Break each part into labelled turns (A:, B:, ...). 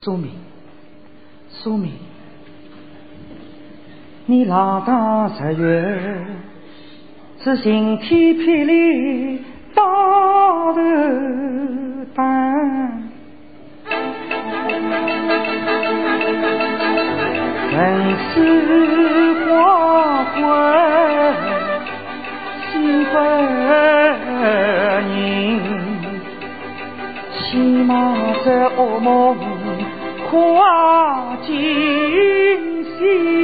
A: 苏明，苏明，你老大10月是晴天霹雳大头蛋，人世花魂心不宁，起码这噩梦跨今夕，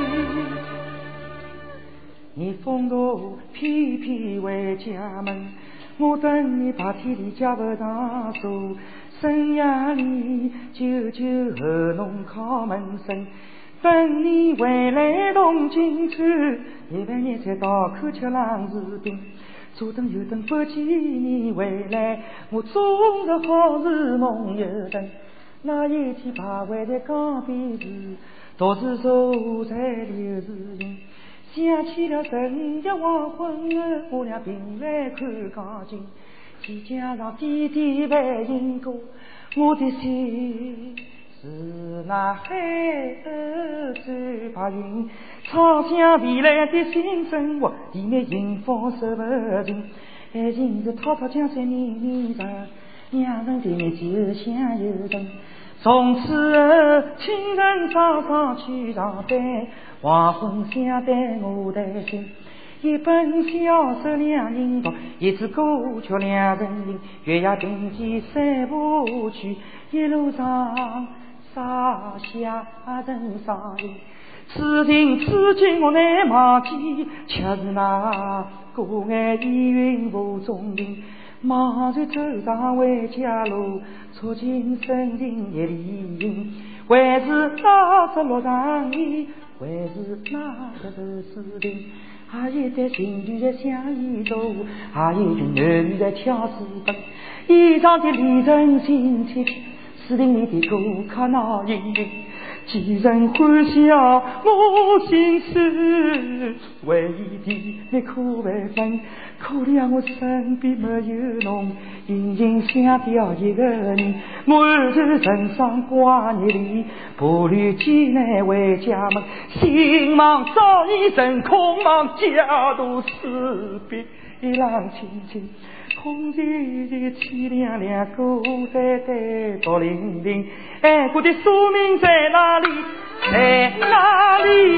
A: 你风度翩翩回家门，我等你把天里家不上手，深夜里久久和侬敲门声，等你回来动金川，夜半夜才到口吃冷薯饼，左等右等不见你回来，我终日好似梦游等。那一天徘徊在江边时，独自坐在柳树荫，想起了昨夜黄昏后，我俩并来看江景，旗架上点点繁星歌，我的心是那海鸥转白云，唱响未来的新生活，地面迎风手不停，爱情是滔滔江水绵绵长，两人对面就像有人。从此后，清晨早上去上班，黄昏想带我的心，一本小说两人读，一支歌曲两人吟，月夜并肩散步去，一路上洒下人伤心，此情此景我难忘记，却是那孤雁依云雾中林，茫然走上回家路，触景生情一里云，还是那只洛阳衣，还是那个豆丝饼，还有一对情侣在相依走，还有一群男女在跳诗本，衣裳的离人心切切，诗亭里的歌卡闹盈盈，几人欢笑我心事，唯一的那苦未分，可怜我身边没有侬，隐隐想掉一个人，满头尘霜挂念里，步履艰难回家门，心忙早已成空茫，家徒四壁一浪清清，空寂寂凄凉凉，孤单单独零零，爱过的宿命在哪里，在哪里？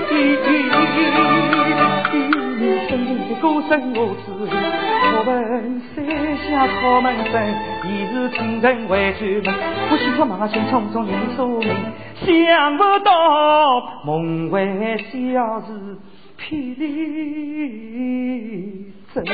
A: 你深情的歌声我知，我问山下敲门声，已是清晨回转门，我心慌忙心匆匆念宿命，想不到梦回小是霹雳针。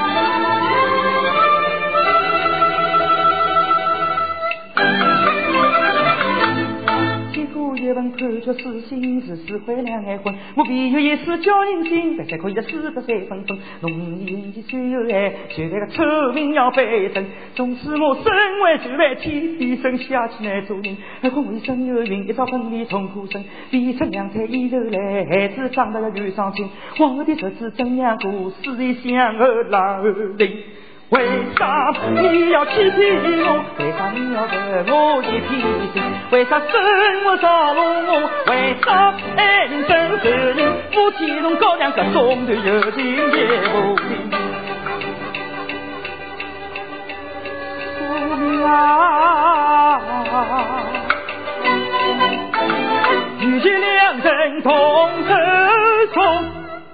A: 结果一份判决是刑事死毁两爱婚，我必有一世叫人心，但才可以死得3分分，浓烟的虽有爱，就那个臭名要背身，纵使我身为局外天地生下起来做人，何况我一生有孕，一朝分离痛苦生，逼成两胎一头来，孩子长大了又伤心，往后的日子怎样过，思念相儿老林，为啥你要欺骗我？为啥你要得我一片心？为啥生我造弄我？为啥爱人真受人？夫妻同高粱个中头有情也无情。宿命啊，遇见两人同受痛，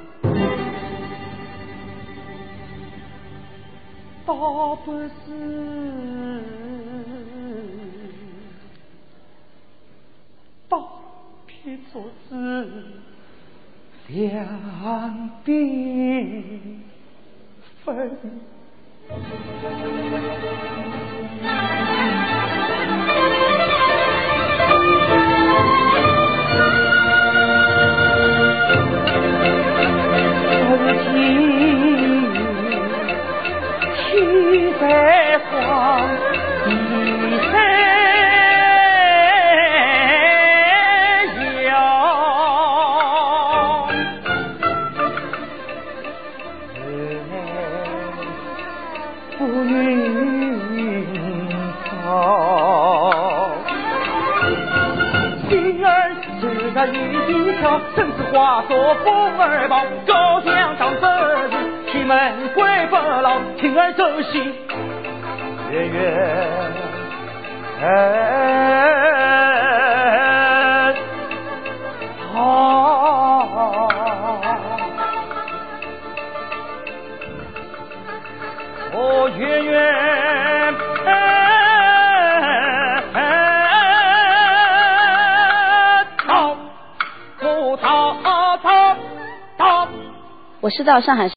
A: 倒不是当偏做事两鬓分。天在黄，地在摇，不愿那玉笛飘，甚至化作风儿抱，高墙上这日，西门归不老，情儿走西，远远哦，远远
B: 我是到上海